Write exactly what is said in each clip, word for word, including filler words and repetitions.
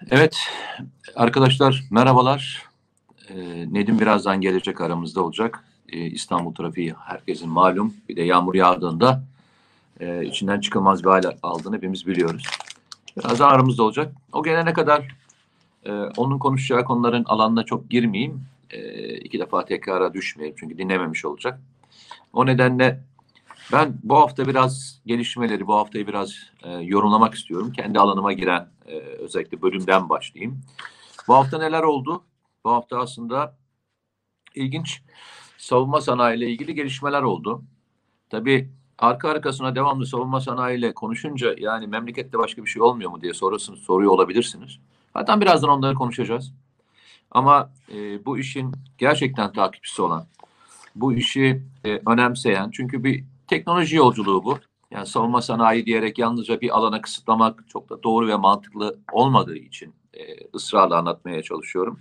Evet, arkadaşlar merhabalar. Eee, Nedim birazdan gelecek, aramızda olacak. Eee, İstanbul trafiği herkesin malum. Bir de yağmur yağdığında eee, içinden çıkılmaz bir hal aldığını hepimiz biliyoruz. Birazdan aramızda olacak. O gelene kadar eee, onun konuşacağı konuların alanına çok girmeyeyim. Eee, iki defa tekrara düşmeyeyim çünkü dinlememiş olacak. O nedenle ben bu hafta biraz gelişmeleri, bu haftayı biraz eee, yorumlamak istiyorum. Kendi alanıma giren eee, özellikle bölümden başlayayım. Bu hafta neler oldu? Bu hafta aslında ilginç savunma sanayi ile ilgili gelişmeler oldu. Tabii arka arkasına devamlı savunma sanayiyle konuşunca yani memlekette başka bir şey olmuyor mu diye sorusunu soruyor olabilirsiniz. Zaten birazdan onları konuşacağız. Ama e, bu işin gerçekten takipçisi olan, bu işi e, önemseyen, çünkü bir teknoloji yolculuğu bu. Yani savunma sanayi diyerek yalnızca bir alana kısıtlamak çok da doğru ve mantıklı olmadığı için e, ısrarla anlatmaya çalışıyorum.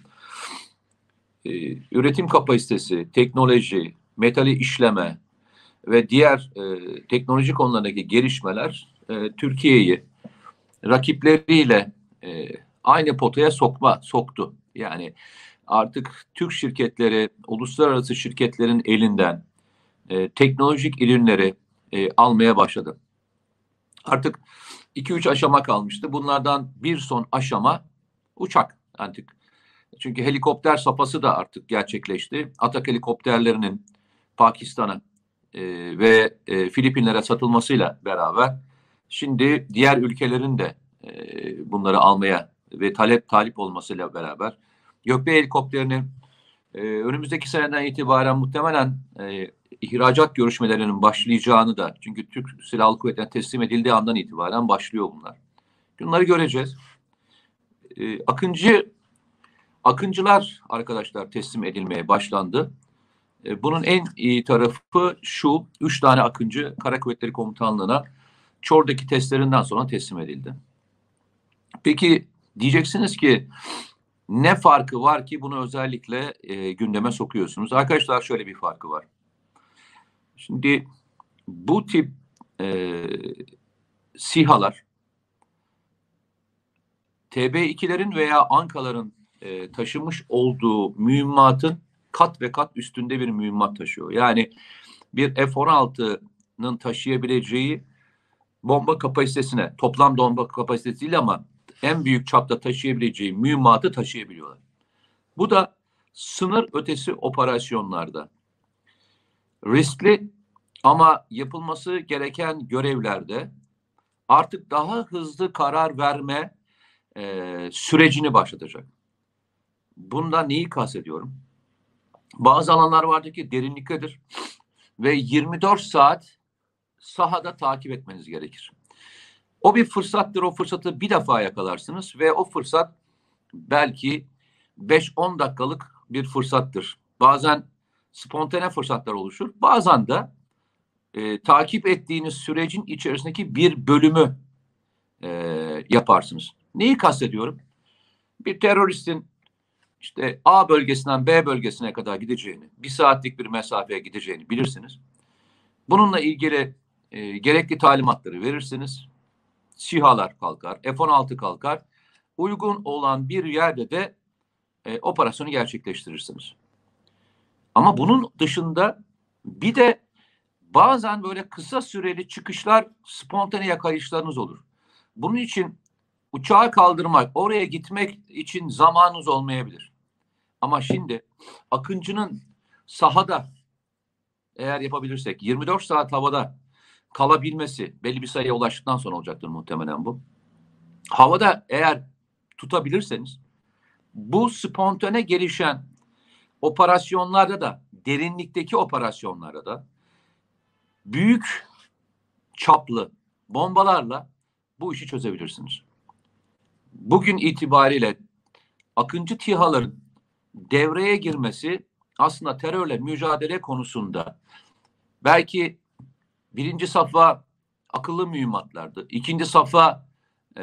E, üretim kapasitesi, teknoloji, metali işleme ve diğer e, teknoloji konularındaki gelişmeler e, Türkiye'yi rakipleriyle e, aynı potaya sokma soktu. Yani artık Türk şirketleri, uluslararası şirketlerin elinden e, teknolojik ürünleri e, almaya başladı. Artık iki üç aşama kalmıştı. Bunlardan bir son aşama uçak artık. Çünkü helikopter safhası da artık gerçekleşti. Atak helikopterlerinin Pakistan'a e, ve e, Filipinlere satılmasıyla beraber şimdi diğer ülkelerin de e, bunları almaya ve talep talip olmasıyla beraber gökbey helikopterinin e, önümüzdeki seneden itibaren muhtemelen e, ihracat görüşmelerinin başlayacağını da, çünkü Türk Silahlı Kuvvetleri'ne teslim edildiği andan itibaren başlıyor bunlar. Bunları göreceğiz. E, Akıncı Akıncılar arkadaşlar teslim edilmeye başlandı. E, bunun en iyi tarafı şu: üç tane Akıncı Kara Kuvvetleri Komutanlığı'na Çor'daki testlerinden sonra teslim edildi. Peki diyeceksiniz ki ne farkı var ki bunu özellikle e, gündeme sokuyorsunuz? Arkadaşlar şöyle bir farkı var. Şimdi bu tip e, SİHA'lar T B ikilerin veya ANKA'ların e, taşımış olduğu mühimmatın kat ve kat üstünde bir mühimmat taşıyor. Yani bir F on altının taşıyabileceği bomba kapasitesine, toplam bomba kapasitesi değil ama en büyük çapta taşıyabileceği mühimmatı taşıyabiliyorlar. Bu da sınır ötesi operasyonlarda riskli ama yapılması gereken görevlerde artık daha hızlı karar verme e, sürecini başlatacak. Bundan neyi kastediyorum? Bazı alanlar vardır ki derinliktedir ve yirmi dört saat sahada takip etmeniz gerekir. O bir fırsattır. O fırsatı bir defa yakalarsınız ve o fırsat belki beş on dakikalık bir fırsattır. Bazen spontane fırsatlar oluşur. Bazen de e, takip ettiğiniz sürecin içerisindeki bir bölümü e, yaparsınız. Neyi kastediyorum? Bir teröristin işte A bölgesinden B bölgesine kadar gideceğini, bir saatlik bir mesafeye gideceğini bilirsiniz. Bununla ilgili e, gerekli talimatları verirsiniz. SİHA'lar kalkar, F on altı kalkar. Uygun olan bir yerde de e, operasyonu gerçekleştirirsiniz. Ama bunun dışında bir de bazen böyle kısa süreli çıkışlar, spontane yakalayışlarınız olur. Bunun için uçağı kaldırmak, oraya gitmek için zamanınız olmayabilir. Ama şimdi Akıncı'nın sahada eğer yapabilirsek yirmi dört saat havada kalabilmesi belli bir sayıya ulaştıktan sonra olacaktır muhtemelen bu. Havada eğer tutabilirseniz bu spontane gelişen operasyonlarda da, derinlikteki operasyonlarda da büyük çaplı bombalarla bu işi çözebilirsiniz. Bugün itibariyle Akıncı TİHA'ların devreye girmesi aslında terörle mücadele konusunda belki birinci safha akıllı mühimmatlardı. İkinci safha e,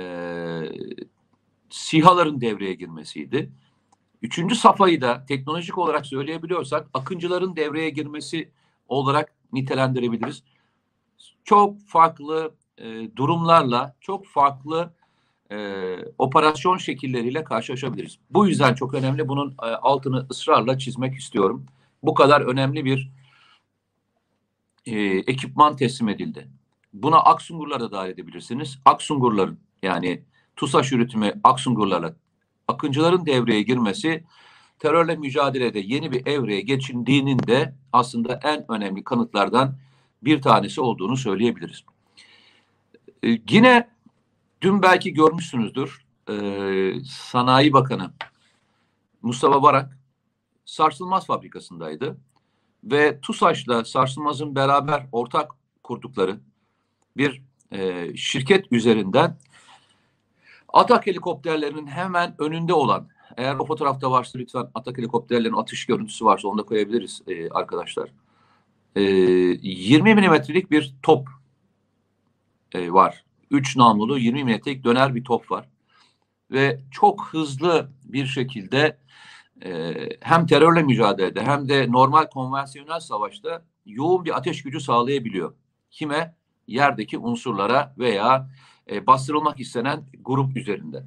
SİHA'ların devreye girmesiydi. Üçüncü safhayı da teknolojik olarak söyleyebiliyorsak Akıncıların devreye girmesi olarak nitelendirebiliriz. Çok farklı e, durumlarla, çok farklı e, operasyon şekilleriyle karşılaşabiliriz. Bu yüzden çok önemli. Bunun e, altını ısrarla çizmek istiyorum. Bu kadar önemli bir e, ekipman teslim edildi. Buna Aksungurları da dahil edebilirsiniz. Aksungurların yani TUSAŞ yürütümü Aksungurlarla Akıncıların devreye girmesi terörle mücadelede yeni bir evreye geçildiğinin de aslında en önemli kanıtlardan bir tanesi olduğunu söyleyebiliriz. Ee, yine dün belki görmüşsünüzdür, e, Sanayi Bakanı Mustafa Varank sarsılmaz fabrikasındaydı ve TUSAŞ'la Sarsılmaz'ın beraber ortak kurdukları bir e, şirket üzerinden Atak helikopterlerinin hemen önünde olan, eğer o fotoğrafta varsa lütfen Atak helikopterlerinin atış görüntüsü varsa onu da koyabiliriz e, arkadaşlar. E, yirmi milimetrelik bir top e, var. üç namlulu yirmi milimetrelik döner bir top var. Ve çok hızlı bir şekilde e, hem terörle mücadelede hem de normal konvansiyonel savaşta yoğun bir ateş gücü sağlayabiliyor. Kime? Yerdeki unsurlara veya e, bastırılmak istenen grup üzerinde.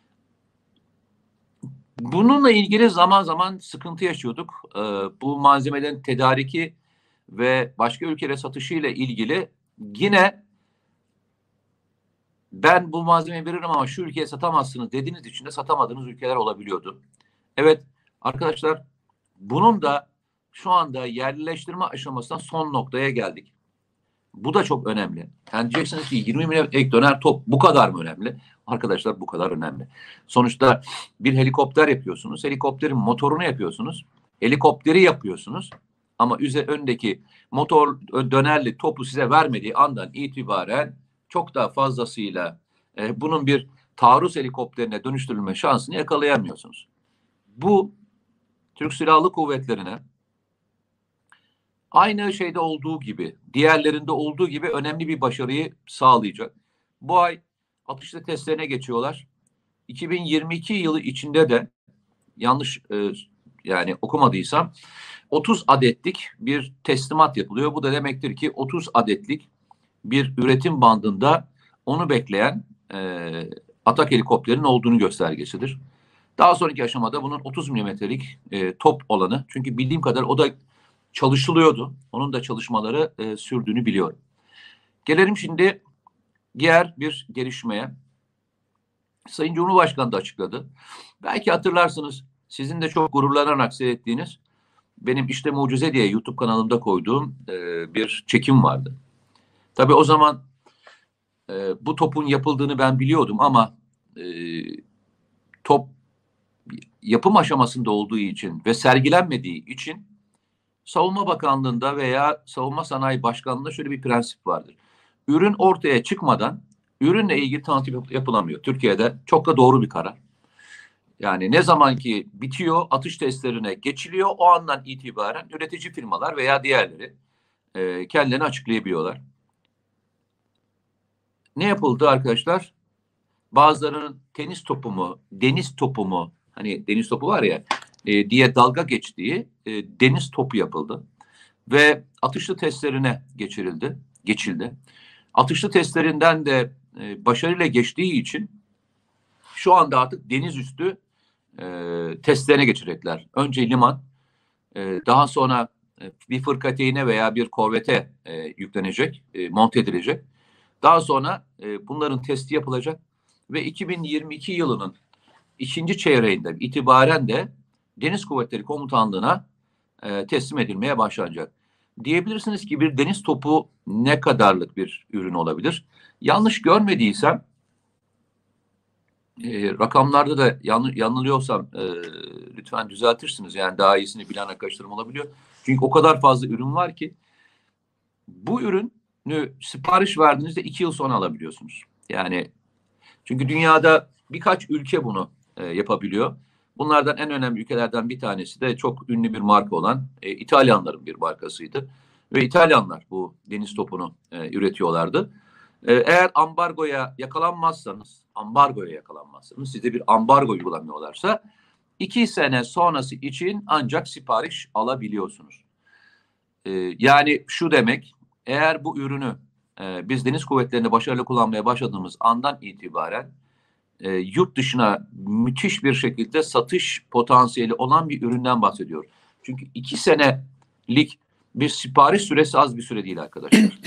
Bununla ilgili zaman zaman sıkıntı yaşıyorduk. E, bu malzemelerin tedariki ve başka ülkelere satışı ile ilgili yine ben bu malzemeyi veririm ama şu ülkeye satamazsınız dediğiniz için de satamadığınız ülkeler olabiliyordu. Evet arkadaşlar, bunun da şu anda yerleştirme aşamasından son noktaya geldik. Bu da çok önemli. Yani diyeceksiniz ki yirmi milimetrelik döner top bu kadar mı önemli? Arkadaşlar bu kadar önemli. Sonuçta bir helikopter yapıyorsunuz. Helikopterin motorunu yapıyorsunuz. Helikopteri yapıyorsunuz. Ama üzerindeki öndeki motor dönerli topu size vermediği andan itibaren çok daha fazlasıyla e, bunun bir taarruz helikopterine dönüştürülme şansını yakalayamıyorsunuz. Bu Türk Silahlı Kuvvetleri'ne aynı şeyde olduğu gibi, diğerlerinde olduğu gibi önemli bir başarıyı sağlayacak. Bu ay atışlı testlerine geçiyorlar. iki bin yirmi iki yılı içinde de yanlış e, yani okumadıysam otuz adetlik bir teslimat yapılıyor. Bu da demektir ki otuz adetlik bir üretim bandında onu bekleyen e, Atak helikopterinin olduğunu göstergesidir. Daha sonraki aşamada bunun otuz milimetrelik e, top olanı, çünkü bildiğim kadar o da çalışılıyordu. Onun da çalışmaları e, sürdüğünü biliyorum. Gelelim şimdi diğer bir gelişmeye. Sayın Cumhurbaşkanı da açıkladı. Belki hatırlarsınız, sizin de çok gururlanarak seyrettiğiniz benim İşte Mucize diye YouTube kanalımda koyduğum e, bir çekim vardı. Tabii o zaman e, bu topun yapıldığını ben biliyordum ama e, top yapım aşamasında olduğu için ve sergilenmediği için Savunma Bakanlığı'nda veya Savunma Sanayi Başkanlığı'nda şöyle bir prensip vardır. Ürün ortaya çıkmadan ürünle ilgili tanıtım yapılamıyor. Türkiye'de çok da doğru bir karar. Yani ne zaman ki bitiyor, atış testlerine geçiliyor, o andan itibaren üretici firmalar veya diğerleri e, kendilerini açıklayabiliyorlar. Ne yapıldı arkadaşlar? Bazılarının tenis topu mu, deniz topu mu, hani deniz topu var ya e, diye dalga geçtiği e, deniz topu yapıldı. Ve atışlı testlerine geçirildi, geçildi. Atışlı testlerinden de e, başarıyla geçtiği için şu anda artık deniz üstü e, testlerine geçirecekler. Önce liman, e, daha sonra e, bir fırkateyne veya bir korvete e, yüklenecek, e, monte edilecek. Daha sonra e, bunların testi yapılacak ve iki bin yirmi iki yılının ikinci çeyreğinde itibaren de Deniz Kuvvetleri Komutanlığı'na e, teslim edilmeye başlanacak. Diyebilirsiniz ki bir deniz topu ne kadarlık bir ürün olabilir? Yanlış görmediysem, e, rakamlarda da yan, yanılıyorsam e, lütfen düzeltirsiniz. Yani daha iyisini bilen arkadaşlarım olabiliyor. Çünkü o kadar fazla ürün var ki bu ürünü sipariş verdiğinizde iki yıl sonra alabiliyorsunuz. Yani çünkü dünyada birkaç ülke bunu e, yapabiliyor. Bunlardan en önemli ülkelerden bir tanesi de çok ünlü bir marka olan e, İtalyanların bir markasıydı. Ve İtalyanlar bu deniz topunu e, üretiyorlardı. E, eğer ambargoya yakalanmazsanız, ambargoya yakalanmazsanız, size bir ambargo uygulamıyorlarsa iki sene sonrası için ancak sipariş alabiliyorsunuz. E, yani şu demek, eğer bu ürünü e, biz deniz kuvvetlerinde başarılı kullanmaya başladığımız andan itibaren e, yurt dışına müthiş bir şekilde satış potansiyeli olan bir üründen bahsediyor. Çünkü iki senelik bir sipariş süresi az bir süre değil arkadaşlar.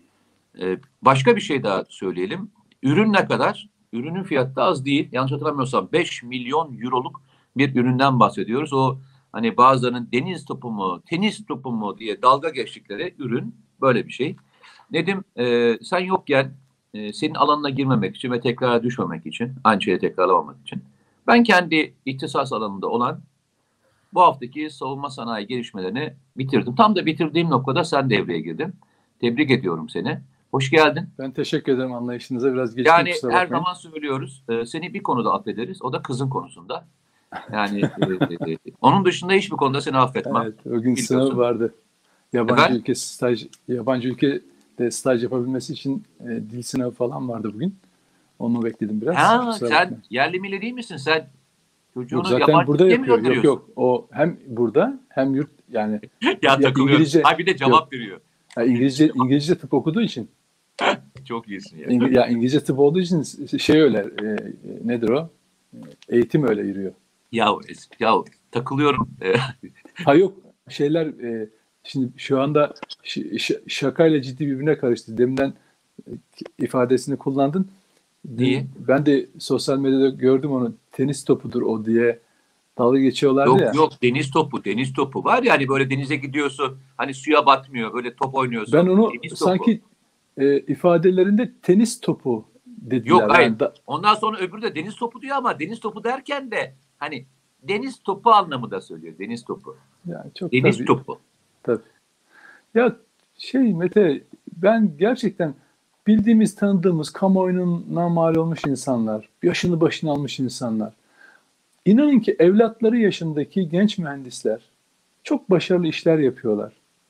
E, başka bir şey daha söyleyelim. Ürün ne kadar? Ürünün fiyatı da az değil. Yanlış hatırlamıyorsam beş milyon euroluk bir üründen bahsediyoruz. O hani bazılarının deniz topu mu, tenis topu mu diye dalga geçtikleri ürün böyle bir şey. Nedim, e, sen yokken e, senin alanına girmemek için ve tekrara düşmemek için, aynı şeyi tekrarlamamak için ben kendi ihtisas alanında olan bu haftaki savunma sanayi gelişmelerini bitirdim. Tam da bitirdiğim noktada sen devreye girdin. Tebrik ediyorum seni. Hoş geldin. Ben teşekkür ederim, anlayışınıza biraz geçtim. Yani her zaman söylüyoruz. E, seni bir konuda affederiz. O da kızın konusunda. Yani e, e, onun dışında hiçbir konuda seni affetmem. Evet, o gün sınavı vardı. Yabancı Efendim? ülke staj, yabancı ülkede staj yapabilmesi için e, dil sınavı falan vardı bugün. Onu bekledim biraz. Ha, sen bakmayın. Yerli milli değil misin? Sen çocuğunu yok, zaten burada yapıyor. Yok yok. O hem burada hem yurt yani ya takılıyor. Ha bir de cevap yok. veriyor. Ya İngilizce İngilizce tıp okuduğu için. Çok iyisin ya. İng- ya İngilizce tıp olduğu için şey öyle e, nedir o? Eğitim öyle yürüyor. Ya ya takılıyorum. Ha yok şeyler e, şimdi şu anda ş- ş- şakayla ciddi birbirine karıştı. Deminden ifadesini kullandın. Niye? Ben de sosyal medyada gördüm onu. Tenis topudur o diye dalga geçiyorlardı yok, ya. Yok yok deniz topu. Deniz topu var ya hani böyle denize gidiyorsun. Hani suya batmıyor. Böyle top oynuyorsun. Ben onu sanki e, ifadelerinde tenis topu dediler. Yok hayır. Yani da... Ondan sonra öbürü de deniz topu diyor ama deniz topu derken de hani deniz topu anlamı da söylüyor. Deniz topu. Yani çok deniz tabii, topu. Tabii. Ya şey Mete, ben gerçekten bildiğimiz, tanıdığımız, kamuoyuna mal olmuş insanlar, yaşını başını almış insanlar. İnanın ki evlatları yaşındaki genç mühendisler çok başarılı işler yapıyorlar.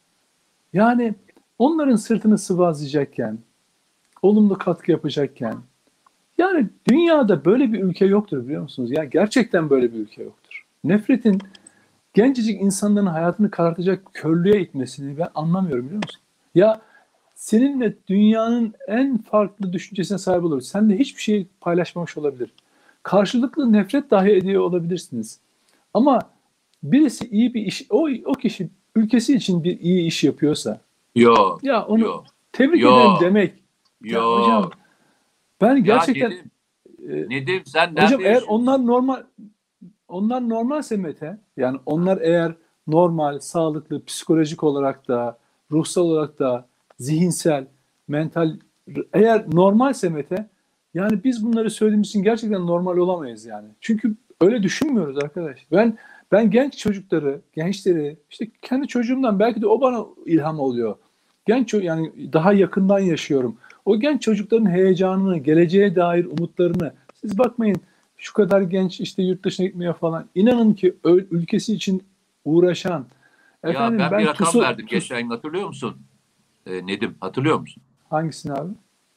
Yani onların sırtını sıvazlayacakken, olumlu katkı yapacakken, yani dünyada böyle bir ülke yoktur biliyor musunuz? Yani gerçekten böyle bir ülke yoktur. Nefretin gencecik insanların hayatını karartacak körlüğe itmesini ben anlamıyorum biliyor musun? Ya seninle dünyanın en farklı düşüncesine sahip olur. Seninle hiçbir şey paylaşmamış olabilir. Karşılıklı nefret dahi ediyor olabilirsiniz. Ama birisi iyi bir iş, o, o kişi ülkesi için bir iyi iş yapıyorsa Yo, ya onu yo, tebrik yo, ederim demek. Yo. Ya hocam ben gerçekten ya Nedim, e, Nedim sen nerede hocam eğer onlar normal onlar normalse Mete, yani onlar eğer normal, sağlıklı, psikolojik olarak da, ruhsal olarak da, zihinsel, mental, eğer normalse Mete, yani biz bunları söylediğimiz için gerçekten normal olamayız yani. Çünkü öyle düşünmüyoruz arkadaş. Ben ben genç çocukları, gençleri, işte kendi çocuğumdan belki de o bana ilham oluyor. Genç yani daha yakından yaşıyorum. O genç çocukların heyecanını, geleceğe dair umutlarını, siz bakmayın şu kadar genç işte yurt dışına gitmeye falan. İnanın ki ülkesi için uğraşan. Efendim, ya ben, ben bir rakam tusu, verdim tus... geçen gün, hatırlıyor musun? Ee, Nedim hatırlıyor musun? Hangisini abi?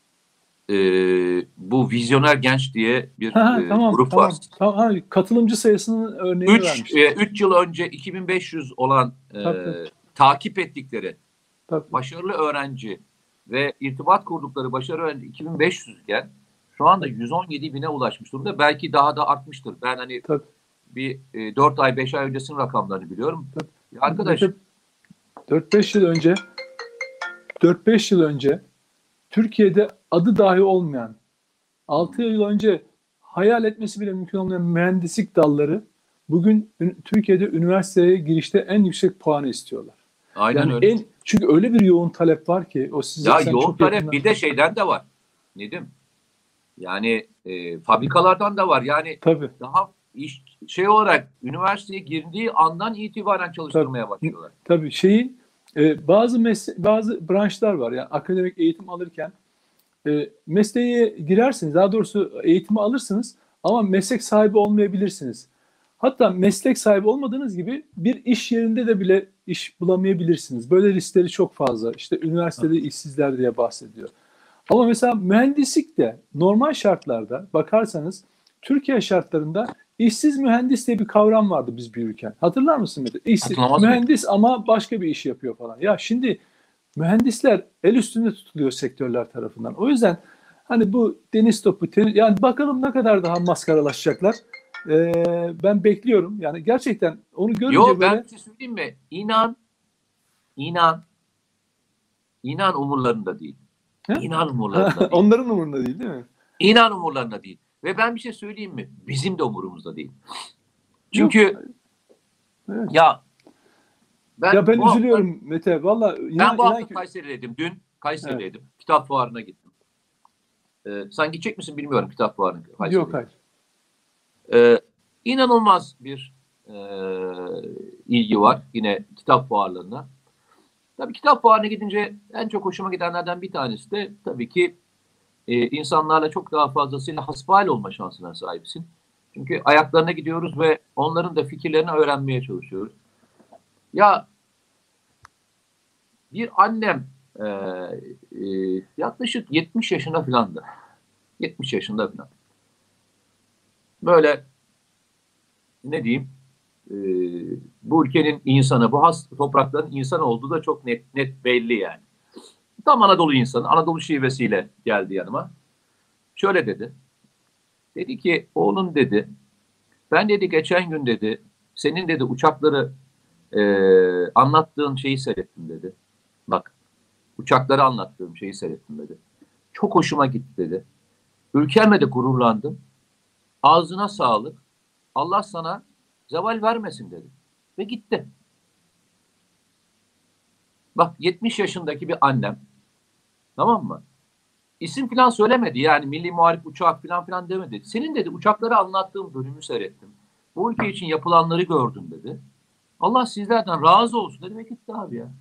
Ee, bu Vizyoner Genç diye bir ha, e, tamam, grup tamam, var. Tamam, ha, katılımcı sayısının örneğini vermiştim. üç yıl önce iki bin beş yüz olan e, takip ettikleri tabii. başarılı öğrenci ve irtibat kurdukları başarılı öğrenci iki bin beş yüz iken şu anda yüz on yedi bine ulaşmış durumda. Belki daha da artmıştır. Ben hani tabii. bir e, dört ay beş ay öncesinin rakamlarını biliyorum. Ya arkadaş dört beş yıl önce dört beş yıl önce Türkiye'de adı dahi olmayan, altı yıl önce hayal etmesi bile mümkün olmayan mühendislik dalları bugün Türkiye'de üniversiteye girişte en yüksek puanı istiyorlar. Aynen yani öyle. En, çünkü öyle bir yoğun talep var ki o size ya yoğun talep yakından... bir de şeyden de var. Nedim? Yani e, fabrikalardan da var. Yani tabii. daha iş şey olarak üniversiteye girdiği andan itibaren çalıştırmaya tabii. başlıyorlar. Tabii şeyi e, bazı mesle- bazı branşlar var. Yani akademik eğitim alırken e, mesleğe girersiniz. Daha doğrusu eğitimi alırsınız ama meslek sahibi olmayabilirsiniz. Hatta meslek sahibi olmadığınız gibi bir iş yerinde de bile iş bulamayabilirsiniz. Böyle riskleri çok fazla. İşte üniversitede evet. işsizler diye bahsediyor. Ama mesela mühendislik de normal şartlarda bakarsanız Türkiye şartlarında işsiz mühendis diye bir kavram vardı biz büyürken. Hatırlar mısın? İşsiz, mühendis mi? Ama başka bir iş yapıyor falan. Ya şimdi mühendisler el üstünde tutuluyor sektörler tarafından. O yüzden Hani bu deniz topu, ten, yani bakalım ne kadar daha maskaralaşacaklar. Ee, ben bekliyorum. Yani gerçekten onu görünce Yo, ben böyle bir şey söyleyeyim mi? İnan, inan, inan umurlarında değil. he? İnan umurlarında değil. Onların umurunda değil, değil mi? İnan umurlarında değil. Ve ben bir şey söyleyeyim mi? Bizim de umurumuzda değil. Yok. Çünkü Evet. ya ben Ya ben bu hafta üzülüyorum Mete. Valla ben inan, bu inan hafta ki Kayseri'deydim. Dün evet. Kayseri'deydim. Kitap fuarına gittim. Ee, sen gidecek misin bilmiyorum kitap fuarına Yok, Kayseri'ye. hayır. Ee, inanılmaz bir e, ilgi var yine kitap fuarlarına. Tabii kitap fuarına gidince en çok hoşuma gidenlerden bir tanesi de tabii ki e, insanlarla çok daha fazlasıyla hasbihal olma şansına sahipsin. Çünkü ayaklarına gidiyoruz ve onların da fikirlerini öğrenmeye çalışıyoruz. Ya bir annem e, e, yaklaşık yetmiş yaşında filandı. yetmiş yaşında filan. Böyle ne diyeyim e, bu ülkenin insanı, bu has toprakların insan olduğu da çok net net belli yani. Tam Anadolu insanı, Anadolu şivesiyle geldi yanıma. Şöyle dedi. Dedi ki oğlum dedi, ben dedi geçen gün dedi, senin dedi uçakları e, anlattığın şeyi seyrettim dedi. Bak, uçakları anlattığım şeyi seyrettim dedi. Çok hoşuma gitti dedi. Ülkemle de gururlandım. Ağzına sağlık. Allah sana zeval vermesin dedi. Ve gitti. Bak yetmiş yaşındaki bir annem, tamam mı? İsim falan söylemedi. Yani Milli Muharip Uçak falan filan demedi. Senin dedi uçakları anlattığım bölümü seyrettim. Bu ülke için yapılanları gördüm dedi. Allah sizlerden razı olsun dedi ve gitti abi ya.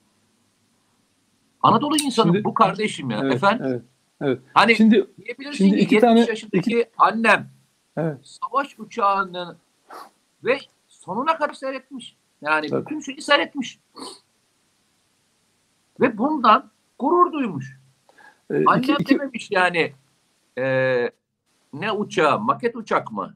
Anadolu insanı Şimdi bu kardeşim ya. evet, Efendim? evet, evet. Hani Şimdi diyebilirsin şimdi ki iki yetmiş tane iki yaşındaki annem evet, savaş uçağını ve sonuna kadar seyretmiş. Yani tabii. bütün şeyi seyretmiş. Ve bundan gurur duymuş. Ee, iki, Annem iki dememiş yani e, ne uçağı, maket uçak mı?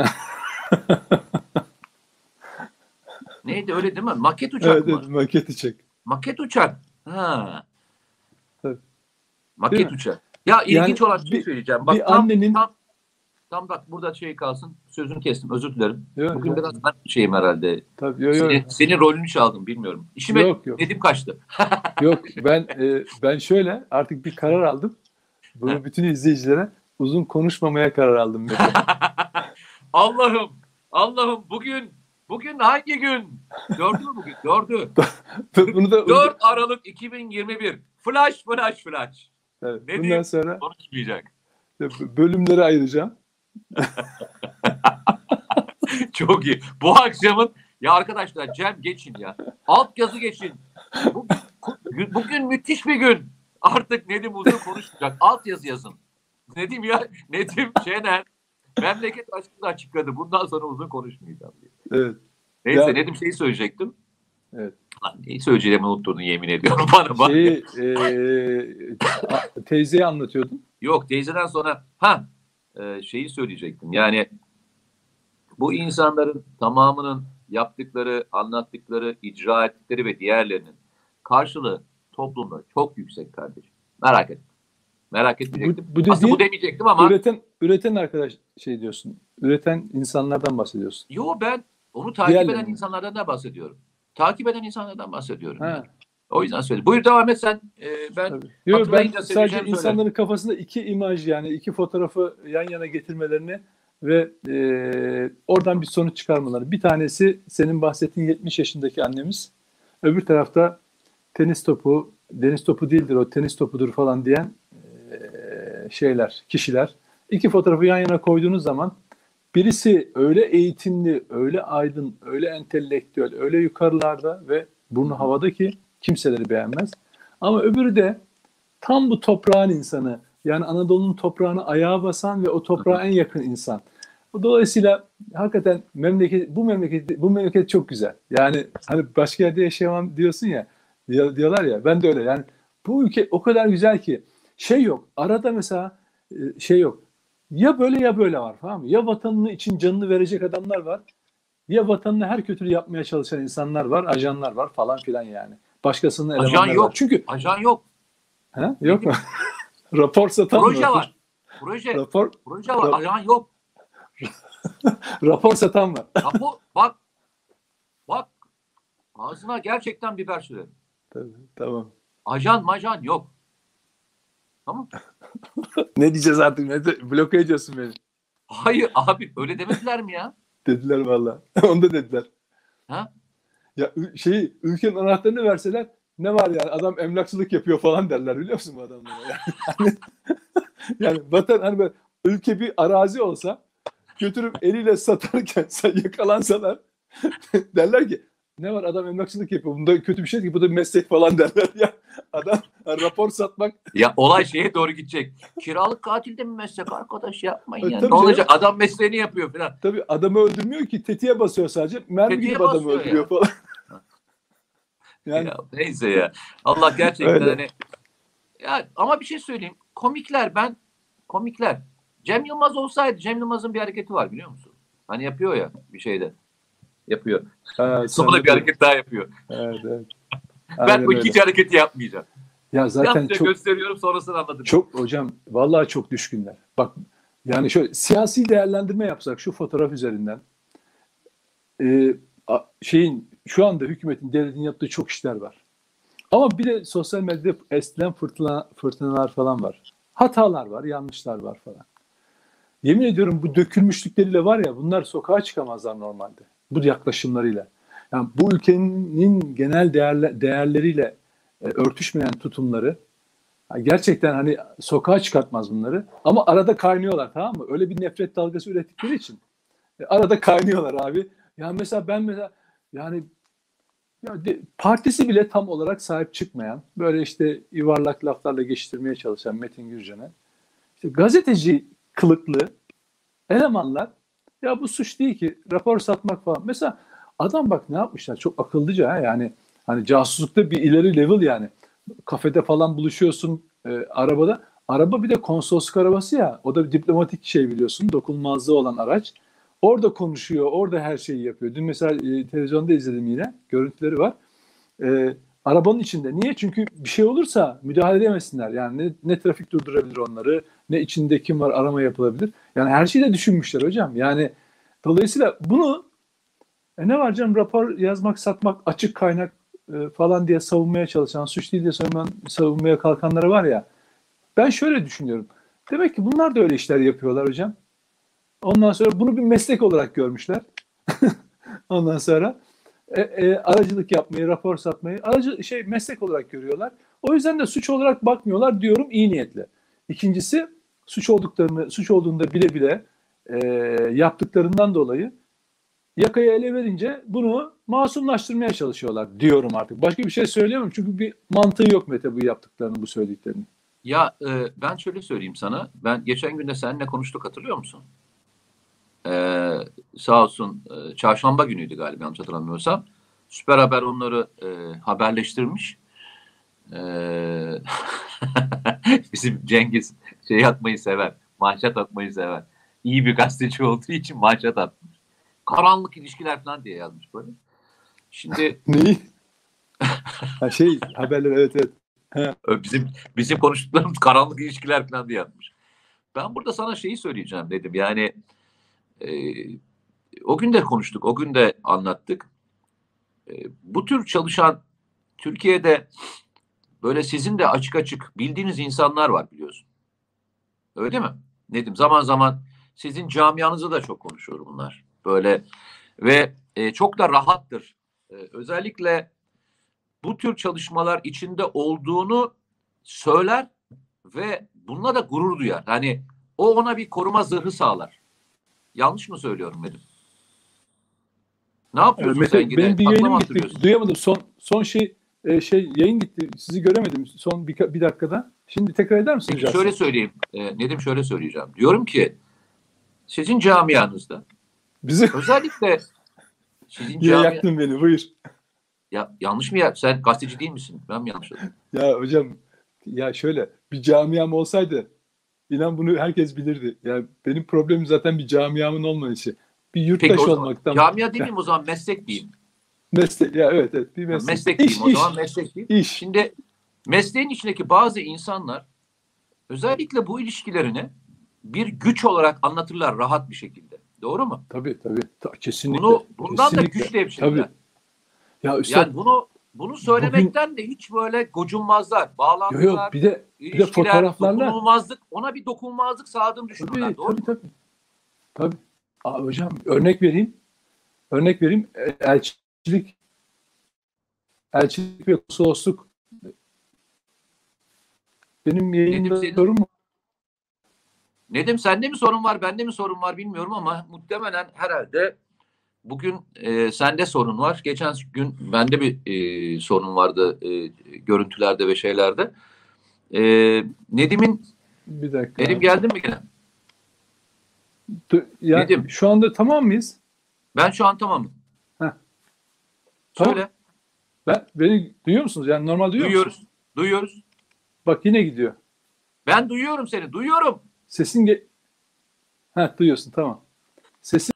Neydi öyle değil mi? Maket uçak evet, mı? evet, maketi çek. Maket uçak. Ha, Tabii. Değil maket mi? uçak. Ya Yani ilginç olan bir şey bir söyleyeceğim. Bak bir tam annenin tam tam bak burada şey kalsın. Sözünü kestim. Özür dilerim. yok Bugün ya, biraz ben şeyim herhalde. tabii yok Seni, yok senin rolünü çaldım bilmiyorum. İşime yok yok Nedim kaçtı. yok ben e, ben şöyle artık bir karar aldım. Bunu bütün izleyicilere uzun konuşmamaya karar aldım Mete. Allah'ım, Allah'ım bugün bugün hangi gün? Dördü mü bugün? Dördü. Bunu da bunu da- dört Aralık iki bin yirmi bir. Flash, flash, flash. evet, Ne bundan diyeyim? sonra Konuşmayacak. bölümlere ayıracağım. Çok iyi. Bu akşamın ya arkadaşlar Cem geçin ya. Alt yazı geçin. Bugün, bugün müthiş bir gün. Artık Nedim uzun konuşmayacak. Alt yazı yazın. Nedim ya Nedim Şener memleket aşkını açıkladı. Bundan sonra uzun konuşmayacağım diye. Evet. Neyse Ya, Nedim şeyi söyleyecektim. evet. Lan neyi söyleyeceğimi unutturdun yemin ediyorum bana bak. Şeyi e, a- teyzeye anlatıyordum. Yok teyzeden sonra ha e, şeyi söyleyecektim. Yani bu insanların tamamının yaptıkları, anlattıkları, icra ettikleri ve diğerlerinin karşılığı toplumda çok yüksek kardeşim. Merak etme. Merak Bu, etmeyecektim. bu Aslında bu dediğin demeyecektim ama üreten üreten arkadaş şey diyorsun. Üreten insanlardan bahsediyorsun. yo ben onu takip eden Diğerlerini. insanlardan da bahsediyorum. Takip eden insanlardan bahsediyorum. Ha, Yani. O yüzden söyledim. Buyur devam et sen. Ee, ben tabii. Yo, ben hatırlayınca sadece söyleyeceğim söylerim. insanların kafasında iki imaj yani iki fotoğrafı yan yana getirmelerini ve e, oradan bir sonuç çıkarmaları. Bir tanesi senin bahsettiğin yetmiş yaşındaki annemiz. Öbür tarafta tenis topu, deniz topu değildir o tenis topudur falan diyen e, şeyler, kişiler. İki fotoğrafı yan yana koyduğunuz zaman birisi öyle eğitimli, öyle aydın, öyle entelektüel, öyle yukarılarda ve burnu havada ki kimseleri beğenmez. Ama öbürü de tam bu toprağın insanı. Yani Anadolu'nun toprağına ayağa basan ve o toprağa en yakın insan. Dolayısıyla hakikaten memleket bu memleket bu memleket çok güzel. Yani hani başka yerde yaşayamam diyorsun ya diyorlar ya ben de öyle. Yani bu ülke o kadar güzel ki şey yok. Arada mesela şey yok. Ya böyle ya böyle var tamam mı? Ya vatanını için canını verecek adamlar var. Ya vatanını her kötülüğü yapmaya çalışan insanlar var, ajanlar var falan filan yani. Başkasının Ajan elemanları var. yok. Çünkü Ajan yok. ha? Yok mu? Rapor satan Proje var. var. Proje. Rapor, Proje var. rap- Ajan yok. rapor satan var. Rapor. Bak. Bak. Ağzına gerçekten biber sürerim. Tabii, tamam. Ajan majan yok. Tamam. Ne diyeceğiz artık? Ne de, bloke ediyorsun beni. Hayır abi öyle demediler mi ya? Dediler valla. Onu da dediler. Ha? Ya ü- şeyi ülkenin anahtarını verseler ne var yani adam emlakçılık yapıyor falan derler biliyor musun bu adamlara? Yani, yani vatan hani böyle ülke bir arazi olsa götürüp eliyle satarken sen yakalansalar derler ki ne var adam emlakçılık yapıyor. Bunda kötü bir şey değil ki bu da bir meslek falan derler ya. Adam rapor satmak. Ya olay şeye doğru gidecek. Kiralık katil de mi meslek arkadaş yapmayın ya. Tabii Ne olacak? canım. Adam mesleğini yapıyor falan. Tabii adamı öldürmüyor ki tetiğe basıyor sadece. Mermi Tetiğe gibi adamı basıyor öldürüyor ya. falan. Yani Ya neyse ya. Allah gerçekten Öyle. hani ya ama bir şey söyleyeyim. Komikler ben komikler. Cem Yılmaz olsaydı Cem Yılmaz'ın bir hareketi var biliyor musun? Hani yapıyor ya bir şeyde. Yapıyor. ha, Sonra sen bir de- hareket daha yapıyor. Evet, evet. Ben Aynen bu öyle. ikinci hareketi yapmayacağım. Ya zaten Yapınca çok gösteriyorum sonrasını anladım. çok hocam vallahi çok düşkünler. Bak yani şöyle siyasi değerlendirme yapsak şu fotoğraf üzerinden e, a- şeyin şu anda hükümetin devletin yaptığı çok işler var. Ama bir de sosyal medyada estilen fırtına, fırtınalar falan var. Hatalar var, yanlışlar var falan. Yemin ediyorum bu dökülmüşlükleriyle var ya bunlar sokağa çıkamazlar normalde. Bu yaklaşımlarıyla. Yani bu ülkenin genel değerle, değerleriyle e, örtüşmeyen tutumları ha, gerçekten hani sokağa çıkartmaz bunları. Ama arada kaynıyorlar tamam mı? Öyle bir nefret dalgası ürettikleri için e, arada kaynıyorlar abi. Ya mesela ben mesela yani ya de- partisi bile tam olarak sahip çıkmayan, böyle işte yuvarlak laflarla geçiştirmeye çalışan Metin Gürcan'a, işte gazeteci kılıklı elemanlar, ya bu suç değil ki, rapor satmak falan. Mesela adam bak ne yapmışlar, çok akıllıca ha, yani hani casuslukta bir ileri level yani. Kafede falan buluşuyorsun e, arabada. Araba bir de konsolosluk arabası ya, o da bir diplomatik şey biliyorsun, dokunulmazlığı olan araç. Orada konuşuyor, orada her şeyi yapıyor. Dün mesela e, televizyonda izledim yine, görüntüleri var. E, arabanın içinde. Niye? Çünkü bir şey olursa müdahale edemesinler. Yani ne, ne trafik durdurabilir onları, ne içinde kim var arama yapılabilir. Yani her şeyi de düşünmüşler hocam. Yani dolayısıyla bunu e ne var canım rapor yazmak, satmak, açık kaynak e, falan diye savunmaya çalışan, suç değil diye savunmaya, savunmaya kalkanları var ya. Ben şöyle düşünüyorum. Demek ki bunlar da öyle işler yapıyorlar hocam. Ondan sonra bunu bir meslek olarak görmüşler. Ondan sonra e, e, aracılık yapmayı, rapor satmayı aracı şey meslek olarak görüyorlar. O yüzden de suç olarak bakmıyorlar diyorum iyi niyetle. İkincisi suç olduklarını, suç olduğunu da bile bile e, yaptıklarından dolayı yakayı ele verince bunu masumlaştırmaya çalışıyorlar diyorum artık. Başka bir şey söyleyemem çünkü bir mantığı yok Mete bu yaptıklarını, bu söylediklerini. Ya e, ben şöyle söyleyeyim sana. Ben geçen gün de seninle konuştuk hatırlıyor musun? Ee, sağ olsun e, çarşamba günüydü galiba yanlış hatırlamıyorsam. Süper Haber onları e, haberleştirmiş. Ee, bizim Cengiz şey atmayı sever. Manşet atmayı sever. İyi bir gazeteci olduğu için manşet atmış. Karanlık ilişkiler falan diye yazmış böyle. Şimdi Neyi? Ha şey haberler evet evet. bizim bizim konuştuklarımız karanlık ilişkiler falan diye yazmış. Ben burada sana şeyi söyleyeceğim dedim. Yani e, o gün de konuştuk, o gün de anlattık. E, bu tür çalışan Türkiye'de böyle sizin de açık açık bildiğiniz insanlar var biliyorsun. Öyle değil mi? Nedim zaman zaman sizin camianızda da çok konuşuyor bunlar. Böyle ve e, çok da rahattır. E, özellikle bu tür çalışmalar içinde olduğunu söyler ve bununla da gurur duyar. Hani o ona bir koruma zırhı sağlar. Yanlış mı söylüyorum Nedim? Ne Ee, yapıyorsun sen Mete yine? benim bir Takla yayınım mı gitti. attırıyorsun? Duyamadım. Son son şey e, şey yayın gitti. Sizi göremedim son bir, bir dakikada. Şimdi tekrar eder misin Peki rica şöyle etsem? söyleyeyim. E, Nedim şöyle söyleyeceğim. Diyorum ki sizin camianızda Bizi özellikle sizin yine camia yaktın beni. Buyur. ya yanlış mı ya? Sen gazeteci değil misin? Ben mi yanlış anladım? Ya hocam ya şöyle bir camiam olsaydı inan bunu herkes bilirdi. Ya benim problemim zaten bir camiamın olmayışı. Bir Peki yurttaş o zaman olmaktan camia ya, demeyeyim o zaman meslek diyeyim. meslek ya evet evet bir meslek. Meslek İş diyeyim o iş zaman meslek diyeyim. iş. Şimdi mesleğin içindeki bazı insanlar özellikle bu ilişkilerini bir güç olarak anlatırlar rahat bir şekilde. Doğru mu? Tabii tabii. Ta- kesinlikle. Bunu bundan da Kesinlikle. güç Tabii. devşirirler. Ya üstad, Yani bunu bunu bugün söylemekten de hiç böyle gocunmazlar. yo yo Bağlantılar, bir de bir de ilişkiler, fotoğraflarla, dokunulmazlık, ona bir dokunulmazlık sağladığını düşünürler. tabii Doğru tabii mu? tabii. Tabii. Aa, hocam örnek vereyim. Örnek vereyim. E, Elçilik elçilik ve konsolosluk benim Nedim yayında senin, sorun mu? Nedim sende mi sorun var, bende mi sorun var bilmiyorum ama muhtemelen herhalde bugün e, sende sorun var. Geçen gün bende bir e, sorun vardı e, görüntülerde ve şeylerde. E, Nedim'in Bir dakika. Nedim geldin mi gene? Du- Ya Nedim, şu anda tamam mıyız? ben şu an tamamım. Heh, tamam. Söyle. Ben, beni duyuyor musunuz? Yani normal duyuyor musunuz? Duyuyoruz. Duyuyoruz. Bak yine gidiyor. Ben duyuyorum seni. Duyuyorum. Sesin ge ha duyuyorsun, tamam. Sesin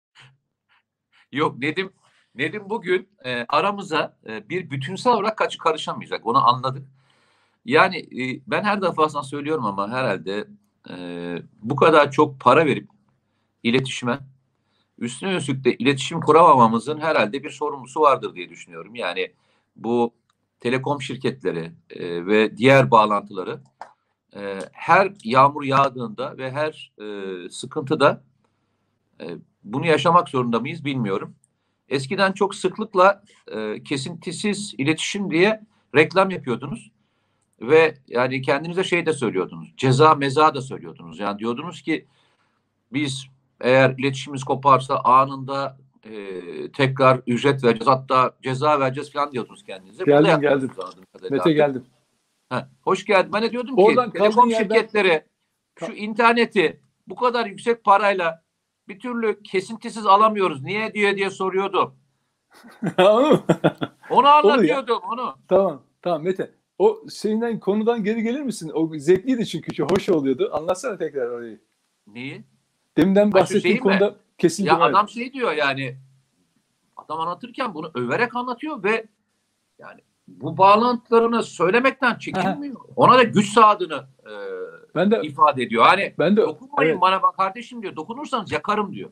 Yok Nedim Nedim bugün e, aramıza e, bir bütünsel olarak kaç karışamayacak. Onu anladık. Yani e, ben her defasında söylüyorum ama herhalde e, bu kadar çok para verip iletişime üstüne üstlük de iletişim kuramamamızın herhalde bir sorumlusu vardır diye düşünüyorum. Yani bu telekom şirketleri e, ve diğer bağlantıları e, her yağmur yağdığında ve her e, sıkıntıda e, bunu yaşamak zorunda mıyız bilmiyorum. Eskiden çok sıklıkla e, kesintisiz iletişim diye reklam yapıyordunuz ve yani kendinize şey de söylüyordunuz. Ceza meza da söylüyordunuz. Yani diyordunuz ki biz eğer iletişimimiz koparsa anında e, tekrar ücret vereceğiz. Hatta ceza vereceğiz falan diyordunuz kendinize. Bunu da geldim geldim. yapmıyorsunuz anladığım kadarıyla Mete artık. geldim. Ha, hoş geldin. Ben de diyordum ki Oradan kaldığın telekom yerden şirketleri ka şu interneti bu kadar yüksek parayla bir türlü kesintisiz alamıyoruz. Niye diye diye soruyordu. Anladın mı? Onu Olur ya. anlatıyordum onu. Tamam. Tamam Mete. O şeyinden, konudan geri gelir misin? O zevkliydi çünkü. Çok hoş oluyordu. Anlatsana tekrar orayı. Neyi? Deminden Ha şu bahsettiğin şeyi mi? konuda kesildim, Ya evet. adam şey diyor yani adam anlatırken bunu överek anlatıyor ve yani bu bağlantılarını söylemekten çekinmiyor. Ona da güç sağladığını e, Ben de ifade ediyor. Hani ben de dokunmayın evet. bana bak kardeşim diyor. Dokunursanız yakarım diyor.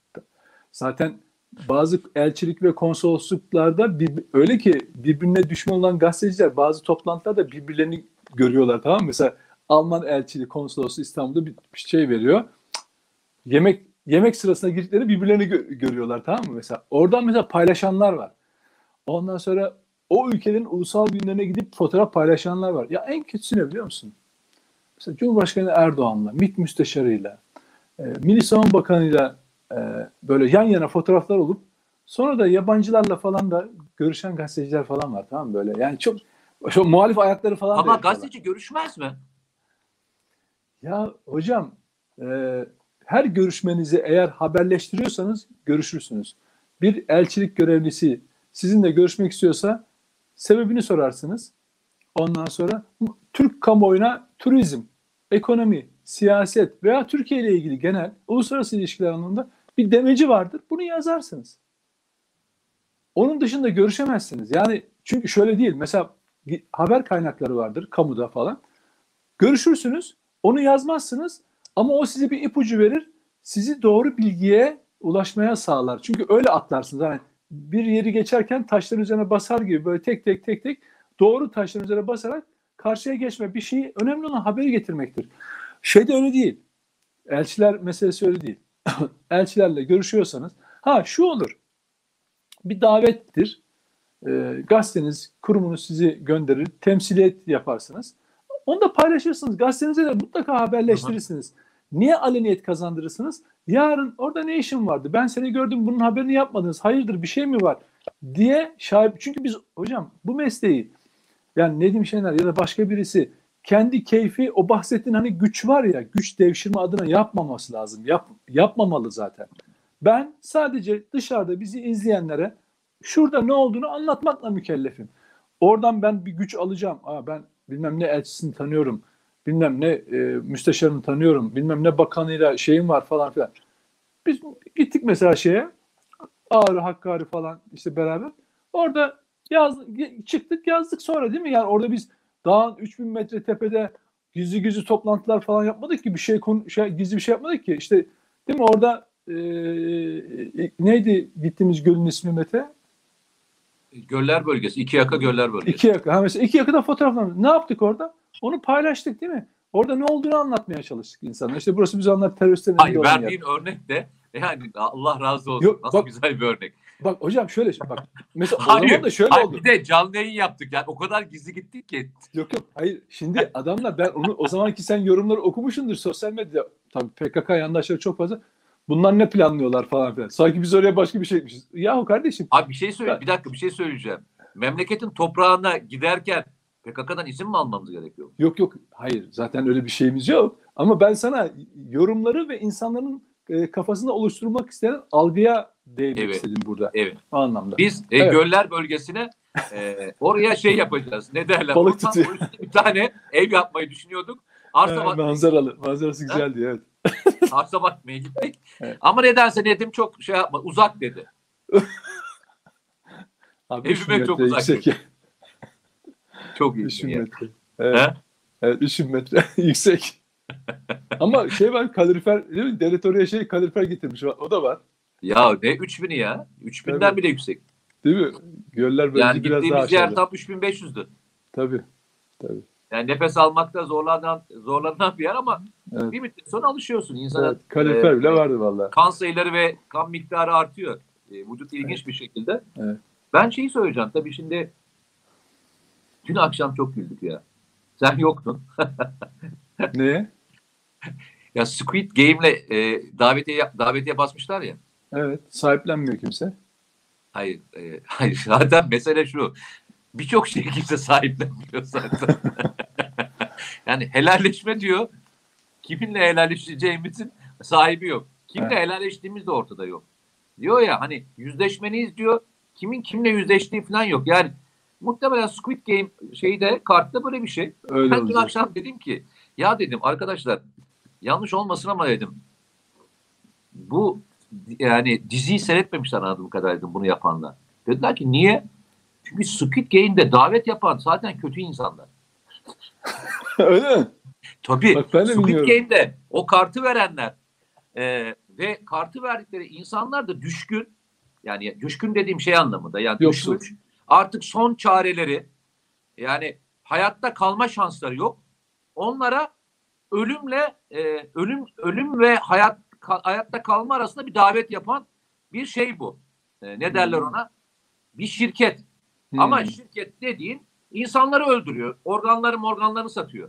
Zaten bazı elçilik ve konsolosluklarda bir, öyle ki birbirine düşman olan gazeteciler bazı toplantılarda birbirlerini görüyorlar, tamam mı? Mesela Alman elçiliği konsolosluğu İstanbul'da bir, bir şey veriyor. Yemek yemek sırasına girdikleri birbirlerini gö- görüyorlar, tamam mı? Mesela oradan mesela paylaşanlar var. Ondan sonra o ülkelerin ulusal günlerine gidip fotoğraf paylaşanlar var. Ya en kötüsü ne biliyor musun? Mesela Cumhurbaşkanı Erdoğan'la, MİT Müsteşarı'yla, e, Milli Savunma Bakanı'yla e, böyle yan yana fotoğraflar olup sonra da yabancılarla falan da görüşen gazeteciler falan var, tamam mı, böyle. Yani çok, çok muhalif ayakları falan da Ama yapıyorlar. gazeteci görüşmez mi? Ya hocam, e, her görüşmenizi eğer haberleştiriyorsanız görüşürsünüz. Bir elçilik görevlisi sizinle görüşmek istiyorsa sebebini sorarsınız. Ondan sonra Türk kamuoyuna turizm, ekonomi, siyaset veya Türkiye ile ilgili genel uluslararası ilişkiler anlamında bir demeci vardır. Bunu yazarsınız. Onun dışında görüşemezsiniz. Yani çünkü şöyle değil. Mesela haber kaynakları vardır kamuda falan. Görüşürsünüz, onu yazmazsınız ama o size bir ipucu verir. Sizi doğru bilgiye ulaşmaya sağlar. Çünkü öyle atlarsınız. Yani bir yeri geçerken taşların üzerine basar gibi böyle tek tek tek tek doğru taşların üzerine basarak karşıya geçme. Bir şeyi, önemli olan haberi getirmektir. Şey de öyle değil. Elçiler meselesi öyle değil. Elçilerle görüşüyorsanız ha şu olur. Bir davettir. E, gazeteniz, kurumunuz sizi gönderir. Temsiliyet yaparsınız. Onu da paylaşırsınız. Gazetenize de mutlaka haberleştirirsiniz. Niye aleniyet kazandırırsınız? Yarın orada ne işin vardı? Ben seni gördüm, bunun haberini yapmadınız. Hayırdır, bir şey mi var? Diye şahit. Çünkü biz hocam bu mesleği, yani Nedim Şener ya da başka birisi kendi keyfi, o bahsettiğin hani güç var ya, güç devşirme adına yapmaması lazım. Yap, yapmamalı zaten. Ben sadece dışarıda bizi izleyenlere şurada ne olduğunu anlatmakla mükellefim. Oradan ben bir güç alacağım. Aa, ben bilmem ne elçisini tanıyorum. Bilmem ne e, müsteşarını tanıyorum. Bilmem ne bakanıyla şeyim var falan filan. Biz gittik mesela şeye. Ağrı, Hakkari falan işte beraber. Orada yaz, çıktık yazdık sonra, değil mi? Yani orada biz dağın üç bin metre tepede gizli gizli toplantılar falan yapmadık ki bir şey, konu, şey gizli bir şey yapmadık ki. İşte değil mi orada e, neydi gittiğimiz gölün ismi Mete? Göller bölgesi. İki yaka göller bölgesi. İki yaka. Ha mesela iki yakada fotoğraflar. Ne yaptık orada? Onu paylaştık değil mi? Orada ne olduğunu anlatmaya çalıştık insanlara. İşte burası biz onlar teröristlerin Hayır, elinde olan yer. verdiğin örnek de yani Allah razı olsun. Yok, Nasıl bak- güzel bir örnek. Bak hocam şöyle bak. Mesela o Hayır, zaman da şöyle hayır, oldu. bir de canlı yayın yaptık yani o kadar gizli gittik ki. Yok yok. Hayır. Şimdi adamlar ben onu o zamanki sen yorumları okumuşsundur sosyal medyada. Tabii P K K yandaşları çok fazla. Bunlar ne planlıyorlar falan filan. Sanki biz oraya başka bir şey etmişiz. Yahu kardeşim. Abi bir şey söyle, Ben- bir dakika bir şey söyleyeceğim. Memleketin toprağına giderken P K K'dan izin mi almamız gerekiyor? Yok yok. Hayır. Zaten öyle bir şeyimiz yok. Ama ben sana yorumları ve insanların e, kafasında oluşturmak istenen algıya değinmek Evet. istedim burada. Evet. O anlamda. Biz e, Evet. göller bölgesine e, oraya şey yapacağız. Ne derler? Balık Ondan tutuyor. sonra bir tane ev yapmayı düşünüyorduk. Arsa Ee, bakmaya, manzaralı. Manzarası güzeldi evet. arsa bakmaya gittik. Evet. Ama nedense Nedim çok şey yapma, uzak dedi. Abi Evime üç bin çok metre uzak yüksek. Çok iyi. üç bin ya. metre. Evet. He? Evet üç bin metre yüksek. Ama şey var kalorifer değil mi? Devlet oraya şey kalorifer getirmiş. O da var. Ya ne üç bini ya? üç binden Tabii. bile yüksek. Değil mi? Göller bölgesi Yani biraz daha gittiğimiz yer aşağıda. tam üç bin beş yüzdü. Tabii. Tabii. Yani nefes almakta zorlanan zorlanan bir yer ama Evet. bir müddet sonra alışıyorsun. İnsana Evet, kalorifer e, bile vardı vallahi. kan sayıları ve kan miktarı artıyor. E, vücut ilginç bir şekilde. Evet. Ben şeyi söyleyeceğim. Tabii şimdi dün akşam çok güldük ya. Sen yoktun. Neye? Ya Squid Game'le e, davetiye davetiye basmışlar ya. Evet. Sahiplenmiyor kimse. Hayır, e, hayır. Zaten mesele şu. Birçok şey kimse sahiplenmiyor zaten. Yani helalleşme diyor. Kiminle helalleşeceğimizin sahibi yok. Kimle Evet. helalleştiğimiz de ortada yok. Diyor ya hani yüzleşmeniz diyor. Kimin kimle yüzleştiği falan yok. Yani muhtemelen Squid Game şeyde kartta böyle bir şey. Öyle Ben dün olacak. akşam dedim ki ya dedim arkadaşlar yanlış olmasın ama dedim bu yani diziyi seyretmemişler anladığım kadarıyla dedim bunu yapanlar. Dediler ki niye? Çünkü Squid Game'de davet yapan zaten kötü insanlar. Öyle mi? Tabii Bak ben de Squid bilmiyorum. Game'de o kartı verenler e, ve kartı verdikleri insanlar da düşkün. Yani düşkün dediğim şey anlamında. Yani Yoksul. düşmüş. Artık son çareleri yani hayatta kalma şansları yok. Onlara ölümle e, ölüm ölüm ve hayat ka- hayatta kalma arasında bir davet yapan bir şey bu. E, ne derler Hmm. ona? Bir şirket. Hmm. Ama şirket dediğin insanları öldürüyor. Organları organlarını satıyor.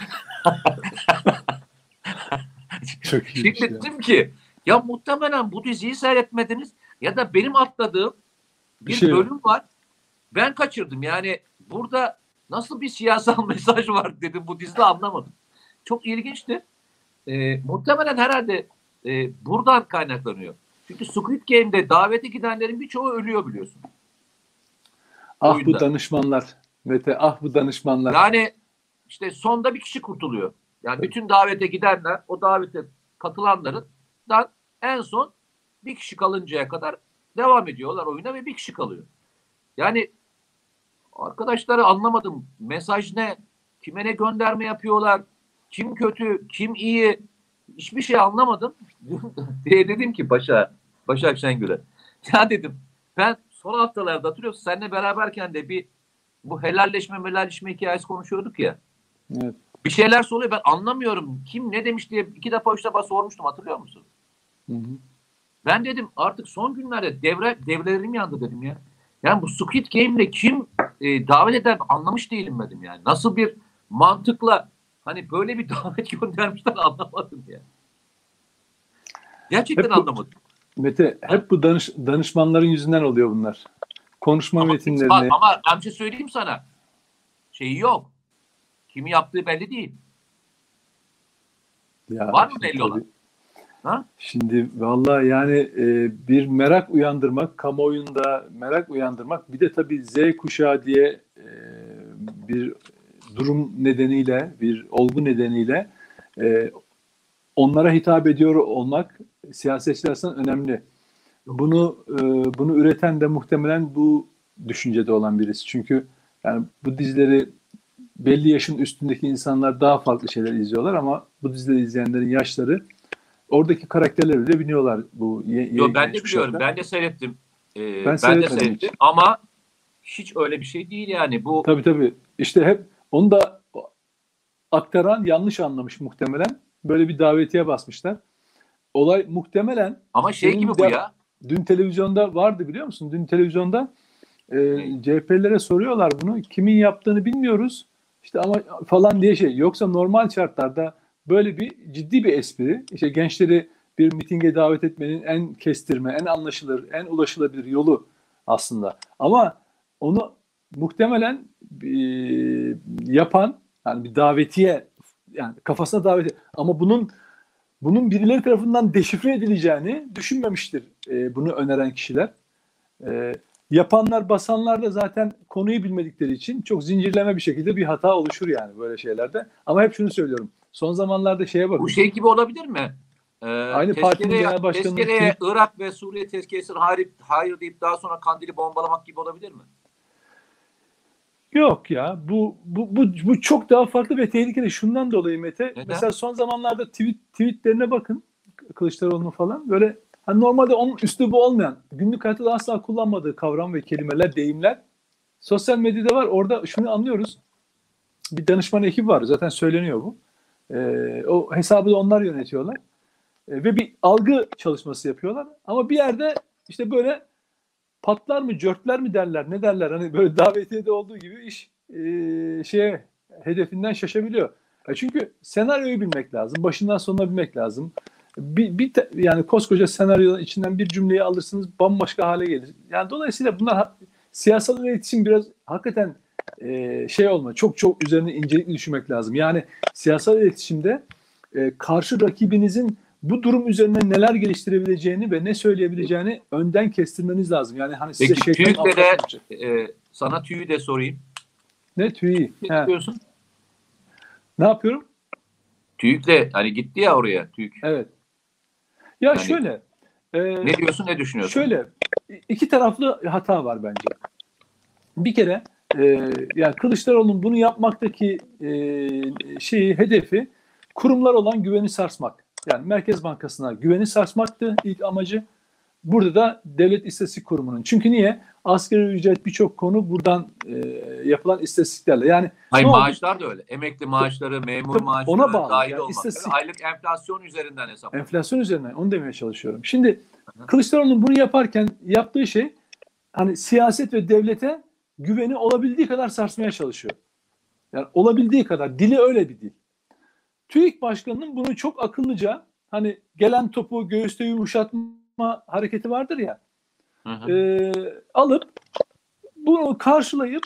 Çok iyi Şimdi bir şey. dedim ki ya muhtemelen bu diziyi seyretmediniz ya da benim atladığım bir, Bir şey bölüm var. Ben kaçırdım. Yani burada nasıl bir siyasal mesaj var dedim bu dizide anlamadım. Çok ilginçti. Ee, muhtemelen herhalde e, buradan kaynaklanıyor. Çünkü Squid Game'de davete gidenlerin birçoğu ölüyor biliyorsun. Ah Oyunda. bu danışmanlar. Mete ah bu danışmanlar. Yani işte sonda bir kişi kurtuluyor. Yani bütün davete gidenler, o davete katılanların en son bir kişi kalıncaya kadar devam ediyorlar oyuna ve bir kişi kalıyor. Yani arkadaşları anlamadım. Mesaj ne? Kime ne gönderme yapıyorlar? Kim kötü? Kim iyi? Hiçbir şey anlamadım. diye dedim ki Başak, Başak Şengül'e. Ya dedim ben son haftalarda hatırlıyorsun seninle beraberken de bir bu helalleşme melalleşme hikayesi konuşuyorduk ya. Evet. Bir şeyler soruyor ben anlamıyorum. Kim ne demiş diye iki defa üç defa sormuştum hatırlıyor musun? Hı hı. Ben dedim artık son günlerde devre, devrelerim yandı dedim ya. Yani bu Squid Game'le kim e, davet eder anlamış değilim dedim yani. Nasıl bir mantıkla hani böyle bir davet göndermişler anlamadım ya. Gerçekten Hep bu- anlamadım. Mete hep bu danış, danışmanların yüzünden oluyor bunlar. Konuşma Ama, metinlerini. ama ben bir şey söyleyeyim sana. Şeyi yok. Kimi yaptığı belli değil. Ya, Var mı şimdi belli olan? tabii. Ha? Şimdi vallahi yani e, bir merak uyandırmak, kamuoyunda merak uyandırmak, bir de tabii Z kuşağı diye e, bir durum nedeniyle, bir olgu nedeniyle e, onlara hitap ediyor olmak siyasetçiler açısından önemli. Bunu e, bunu üreten de muhtemelen bu düşüncede olan birisi. Çünkü yani bu dizileri belli yaşın üstündeki insanlar daha farklı şeyler izliyorlar ama bu dizileri izleyenlerin yaşları oradaki karakterleri de biliyorlar bu ye, ye, Yo, ben de genç biliyorum. kuşaklar. Ben de seyrettim. Ee, Ben ben de seyretmedim seyrettim hiç. ama hiç öyle bir şey değil yani. Bu Tabii tabii. İşte hep onu da aktaran yanlış anlamış muhtemelen. Böyle bir davetiye basmışlar. Olay muhtemelen ama şey senin gibi bu de ya. dün televizyonda vardı biliyor musun? Dün televizyonda e, Ne? C H P'lilere soruyorlar bunu. Kimin yaptığını bilmiyoruz. İşte ama falan diye şey. Yoksa normal şartlarda böyle bir ciddi bir espri. İşte gençleri bir mitinge davet etmenin en kestirme, en anlaşılır, en ulaşılabilir yolu aslında. Ama onu muhtemelen e, yapan yani bir davetiye yani kafasına davetiye ama bunun bunun birileri tarafından deşifre edileceğini düşünmemiştir e, bunu öneren kişiler. E, yapanlar, basanlar da zaten konuyu bilmedikleri için çok zincirleme bir şekilde bir hata oluşur yani böyle şeylerde. Ama hep şunu söylüyorum. Son zamanlarda şeye Bu bakın. şey gibi olabilir mi? Ee, Aynı partinin tezkereye, genel başkanının tezkereye tweet. Irak ve Suriye tezkeresine hayır, hayır deyip daha sonra Kandil'i bombalamak gibi olabilir mi? Yok ya bu, bu, bu, bu çok daha farklı ve tehlikeli. Şundan dolayı Mete. Neden? Mesela son zamanlarda tweet, tweetlerine bakın. Kılıçdaroğlu'nun falan. Böyle hani normalde onun üslubu olmayan, günlük hayatta da asla kullanmadığı kavram ve kelimeler, deyimler sosyal medyada var. Orada şunu anlıyoruz. Bir danışman ekibi var. Zaten söyleniyor bu. Ee, o hesabı da onlar yönetiyorlar. Ee, ve bir algı çalışması yapıyorlar. Ama bir yerde işte böyle patlar mı, cörtler mi derler, ne derler? Hani böyle davetiyede olduğu gibi iş e, şeye hedefinden şaşabiliyor. Ya çünkü senaryoyu bilmek lazım. Başından sonuna bilmek lazım. Bir, bir te- yani koskoca senaryodan içinden bir cümleyi alırsınız bambaşka hale gelir. Yani dolayısıyla bunlar ha- siyasal iletişim biraz hakikaten e, şey olma. Çok çok üzerine incelikli düşünmek lazım. Yani siyasal iletişimde e, karşı rakibinizin bu durum üzerine neler geliştirebileceğini ve ne söyleyebileceğini önden kestirmeniz lazım. Yani hani size Peki şeytan TÜİK'le avukat de olacak. e, sana tüyü de sorayım. Ne TÜİ? Ne He. diyorsun? Ne yapıyorum? TÜİK'le hani gitti ya oraya TÜİK. Evet. Ya Yani şöyle, e, ne diyorsun, ne düşünüyorsun? şöyle iki taraflı hata var bence. Bir kere e, yani Kılıçdaroğlu'nun bunu yapmaktaki e, şeyi hedefi kurumlar olan güveni sarsmak. Yani Merkez Bankası'na güveni sarsmaktı ilk amacı. Burada da Devlet İstatistik Kurumu'nun. Çünkü niye? Asgari ücret birçok konu buradan e, yapılan istatistiklerle. Yani Hayır, ne oldu? maaşlar da öyle. Emekli maaşları, memur Tabii ona maaşları bağlı. dahil Yani olmak üzere istatistik aylık enflasyon üzerinden hesaplanıyor. enflasyon üzerinden onu demeye çalışıyorum. Şimdi Hı hı. Kılıçdaroğlu'nun bunu yaparken yaptığı şey hani siyaset ve devlete güveni olabildiği kadar sarsmaya çalışıyor. Yani olabildiği kadar. Dili öyle bir dil. TÜİK Başkanı'nın bunu çok akıllıca hani gelen topu göğüste yumuşatma hareketi vardır ya Hı hı. e, alıp bunu karşılayıp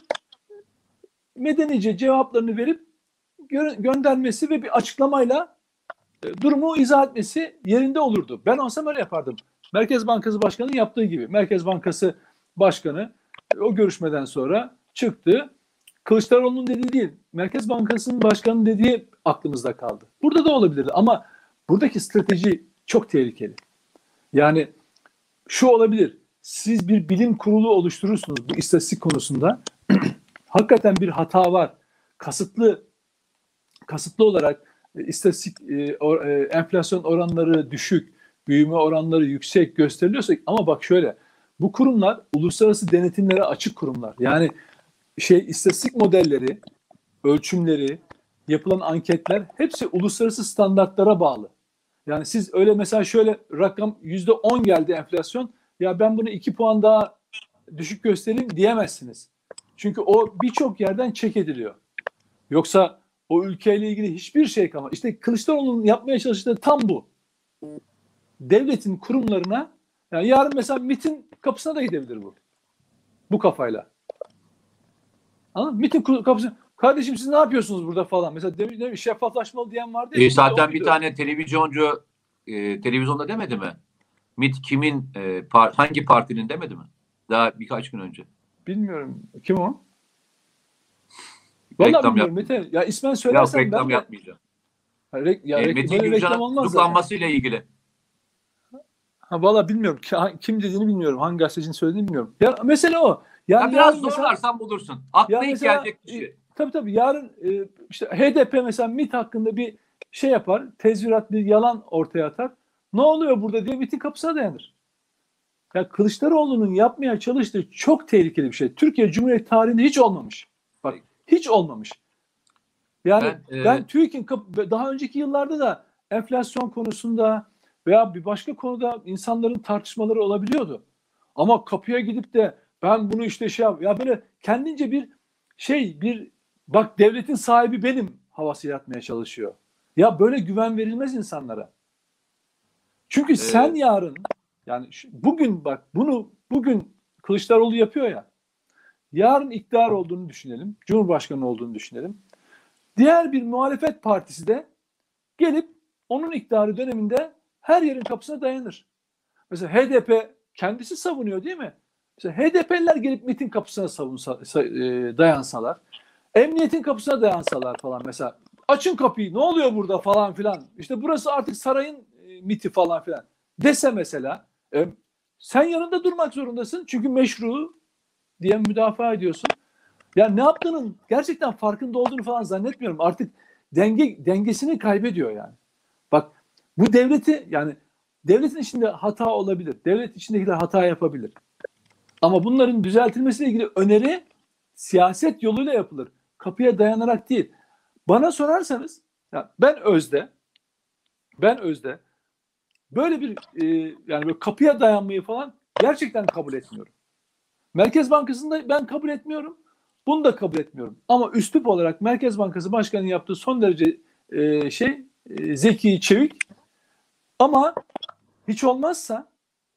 medenice cevaplarını verip gö- göndermesi ve bir açıklamayla e, durumu izah etmesi yerinde olurdu. Ben olsam öyle yapardım. Merkez Bankası Başkanı'nın yaptığı gibi. Merkez Bankası Başkanı e, o görüşmeden sonra çıktı. Kılıçdaroğlu'nun dediği değil. Merkez Bankası'nın başkanının dediği aklımızda kaldı. Burada da olabilirdi ama buradaki strateji çok tehlikeli. Yani şu olabilir. Siz bir bilim kurulu oluşturursunuz bu istatistik konusunda. Hakikaten bir hata var. Kasıtlı kasıtlı olarak e, istatistik e, or, e, enflasyon oranları düşük, büyüme oranları yüksek gösteriliyorsa ama bak şöyle bu kurumlar uluslararası denetimlere açık kurumlar. Yani şey istatistik modelleri, ölçümleri, yapılan anketler hepsi uluslararası standartlara bağlı. Yani siz öyle mesela şöyle rakam yüzde on geldi enflasyon. Ya ben bunu iki puan daha düşük göstereyim diyemezsiniz. Çünkü o birçok yerden çek ediliyor. Yoksa o ülkeyle ilgili hiçbir şey kalmaz. İşte Kılıçdaroğlu'nun yapmaya çalıştığı tam bu. Devletin kurumlarına yani yarın mesela MİT'in kapısına da gidebilir bu. Bu kafayla. Anladın mı? MİT'in kapısına kardeşim siz ne yapıyorsunuz burada falan. Mesela demiş, demiş şeffaflaşmalı diyen vardı ya. E, İşte zaten bir oydu. tane televizyoncu e, televizyonda demedi mi? MİT kimin, e, par- hangi partinin demedi mi? Daha birkaç gün önce. Bilmiyorum. Kim o? Vallahi Reklam bilmiyorum yapmayacağım. Mete. Ya ismen Yok, söylersen ben reklam de yapmayacağım. ya, re, ya E, re, Metin böyle reklam Gülcan'ın olmaz zaten. tutuklanmasıyla ilgili. Ha, vallahi bilmiyorum. Kim dediğini bilmiyorum. Hangi gazetecinin söylediğini bilmiyorum. Ya mesela o. Ya Yani biraz yarın mesela zorlarsan bulursun. Akla ya ilk mesela gelecek kişi. tabii tabii yarın e, işte H D P mesela MİT hakkında bir şey yapar, tezvirat bir yalan ortaya atar. Ne oluyor burada diye MİT'in kapısına dayanır. Ya Kılıçdaroğlu'nun yapmaya çalıştığı çok tehlikeli bir şey. Türkiye Cumhuriyeti tarihinde hiç olmamış. Bak hiç olmamış. Yani Ben, ben e, TÜİK'in daha önceki yıllarda da enflasyon konusunda veya bir başka konuda insanların tartışmaları olabiliyordu. Ama kapıya gidip de ben bunu işte şey yap ya böyle kendince bir şey bir bak devletin sahibi benim havası yaratmaya çalışıyor. Ya böyle güven verilmez insanlara. Çünkü sen e, yarın yani şu- bugün bak bunu bugün Kılıçdaroğlu yapıyor ya. Yarın iktidar olduğunu düşünelim. Cumhurbaşkanı olduğunu düşünelim. Diğer bir muhalefet partisi de gelip onun iktidarı döneminde her yerin kapısına dayanır. Mesela H D P kendisi savunuyor değil mi? Mesela H D P'liler gelip MİT'in kapısına savunsa, e, dayansalar, emniyetin kapısına dayansalar falan mesela açın kapıyı ne oluyor burada falan filan. İşte burası artık sarayın e, MİT'i falan filan dese mesela e, sen yanında durmak zorundasın çünkü meşru diye müdafaa ediyorsun. Ya ne yaptığının gerçekten farkında olduğunu falan zannetmiyorum. Artık denge dengesini kaybediyor yani. Bak bu devleti yani devletin içinde hata olabilir. Devlet içindekiler hata yapabilir. Ama bunların düzeltilmesiyle ilgili öneri siyaset yoluyla yapılır. Kapıya dayanarak değil. Bana sorarsanız ya ben özde ben özde böyle bir e, yani böyle kapıya dayanmayı falan gerçekten kabul etmiyorum. Merkez Bankası'nda ben kabul etmiyorum. Bunu da kabul etmiyorum. Ama üslup olarak Merkez Bankası Başkanı'nın yaptığı son derece e, şey e, zeki, çevik ama hiç olmazsa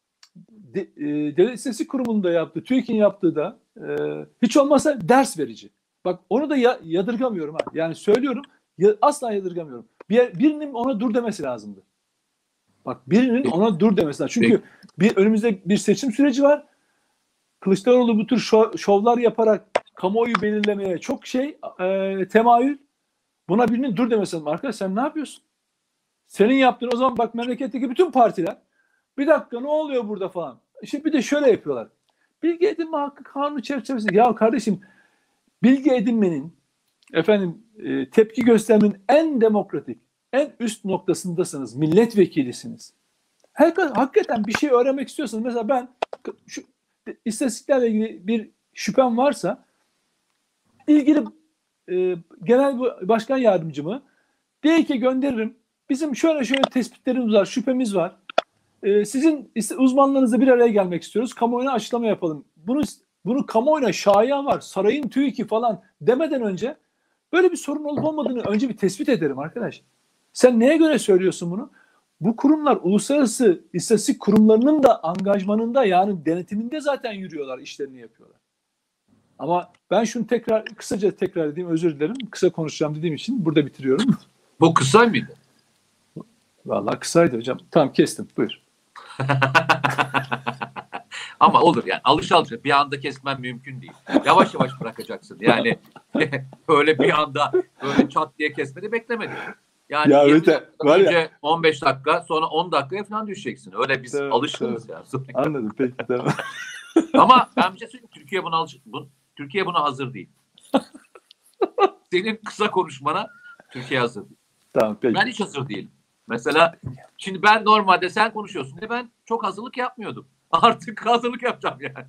de, e, Devlet İstatistik Kurumu'nda yaptığı, TÜİK'in yaptığı da e, hiç olmazsa ders verici. Bak onu da ya, yadırgamıyorum ha. Yani söylüyorum ya, asla yadırgamıyorum. Bir, birinin ona dur demesi lazımdı. Bak birinin ona dur demesi lazım. peki, Çünkü bir önümüzde bir seçim süreci var. Kılıçdaroğlu bu tür şov, şovlar yaparak kamuoyu belirlemeye çok şey e, temayül. Buna birinin dur demesi lazım. Arkadaş sen ne yapıyorsun? Senin yaptığın o zaman bak memleketteki bütün partiler bir dakika ne oluyor burada falan. İşte bir de şöyle yapıyorlar. Bilgi edinme hakkı kanunu çerçevesinde. Ya kardeşim bilgi edinmenin efendim e, tepki göstermenin en demokratik, en üst noktasındasınız. Milletvekilisiniz. Her, hakikaten bir şey öğrenmek istiyorsanız mesela ben şu istatistiklerle ilgili bir şüphem varsa ilgili e, genel başkan yardımcımı D İK'e gönderirim. Bizim şöyle şöyle tespitlerimiz var, şüphemiz var. E, sizin uzmanlarınızla bir araya gelmek istiyoruz. Kamuoyuna açıklama yapalım. Bunu bunu kamuoyuna şaya var, sarayın TÜİK'i falan demeden önce böyle bir sorun olup olmadığını önce bir tespit ederim arkadaş. Sen neye göre söylüyorsun bunu? Bu kurumlar uluslararası istatistik kurumlarının da angajmanında yani denetiminde zaten yürüyorlar, işlerini yapıyorlar. Ama ben şunu tekrar kısaca tekrar edeyim, özür dilerim. Kısa konuşacağım dediğim için burada bitiriyorum. bu kısa mıydı? Vallahi kısaydı hocam. Tamam kestim. Buyur. Ama olur yani alış alış bir anda kesmen mümkün değil. Yavaş yavaş bırakacaksın. Yani öyle bir anda böyle çat diye kesmeni beklemedim. Yani Ya yirmi evet, dakika var ya. önce on beş dakika sonra on dakikaya falan düşeceksin. Öyle biz Tamam, alışkınız ya. Anladım peki tamam. Ama ben bir şey söyleyeyim. Türkiye buna alış bu, Türkiye buna hazır değil. Senin kısa konuşmana Türkiye hazır değil. Tamam peki. Ben hiç hazır değilim. Mesela şimdi ben normalde sen konuşuyorsun diye ben çok hazırlık yapmıyordum. Artık hazırlık yapacağım yani.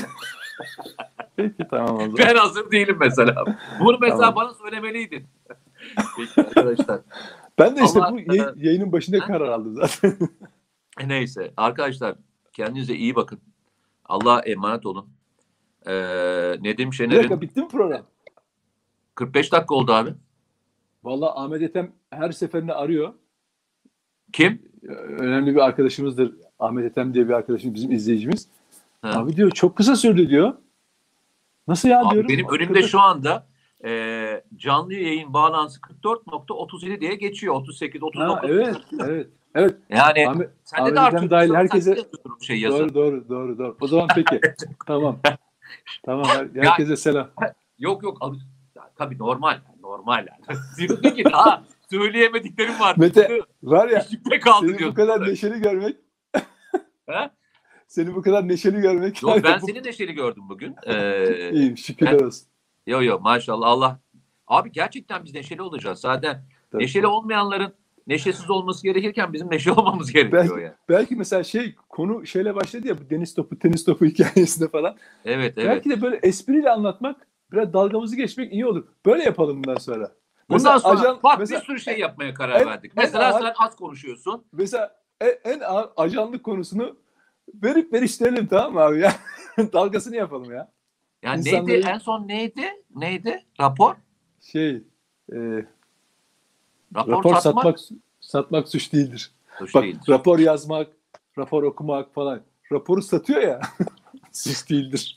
Peki tamam o zaman. Ben hazır değilim mesela. Bunu mesela Tamam. bana söylemeliydin. Peki arkadaşlar. Ben de işte Allah, bu yay- yayının başında karar aldım zaten. Neyse arkadaşlar kendinize iyi bakın. Allah'a emanet olun. Ee, Nedim Bir dakika Şener'in bitti mi program? kırk beş dakika oldu abi. Vallahi Ahmet Ethem her seferinde arıyor. Kim? Önemli bir arkadaşımızdır. Ahmet Ethem diye bir arkadaşımız, bizim izleyicimiz. Ha. Abi diyor çok kısa sürdü diyor. Nasıl ya Abi diyorum. benim önümde şu anda e, canlı yayın bağlantısı kırk dört nokta otuz yedi diye geçiyor. otuz sekiz, otuz Ha, dokuz. evet, evet. Evet. Yani Ahmet, sende Ahmet de Ethem artıyor. dahil Sen herkese de yazıyordur şey yazı. doğru doğru doğru doğru. O zaman peki. Tamam. Tamam. Her, Ya- herkese selam. Yok yok. al- Ya, tabii normal. Normal yani. Diyorsun ki daha söyleyemediklerim var. Mete var ya İçimde kaldı seni bu diyorsun. kadar neşeli görmek Ha? seni bu kadar neşeli görmek. Yok ben Bu- seni neşeli gördüm bugün. Ee, İyiyim şükürler olsun. yo yo maşallah Allah Abi gerçekten biz neşeli olacağız. Zaten Tabii. neşeli olmayanların neşesiz olması gerekirken bizim neşeli olmamız gerekiyor Belki, yani. belki mesela şey konu şeyle başladı ya, bu deniz topu tenis topu hikayesinde falan. Evet, evet. Belki de böyle espriyle anlatmak, biraz dalgamızı geçmek iyi olur. Böyle yapalım bundan sonra. Bundan Mesela sonra ajan- bak mesela bir sürü şey yapmaya karar en- verdik. en Mesela ağır- sen az konuşuyorsun. Mesela en, en ağır ajanlık konusunu verip veriştirelim, tamam mı abi ya? Dalgasını yapalım ya. Yani İnsanların- neydi en son neydi? Neydi? Rapor? Şey, e, Rapor, rapor satmak, satmak satmak suç değildir. suç Bak, değildir. rapor yazmak, rapor okumak falan. Raporu satıyor ya. Suç değildir.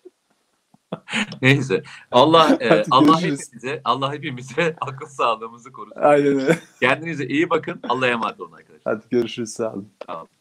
Neyse. Allah e, Hadi Allah görüşürüz. hepimize, Allah hepimize akıl sağlığımızı korusun. Aynen öyle. Kendinize iyi bakın. Allah'a emanet olun arkadaşlar. Hadi görüşürüz, sağ olun. Tamam.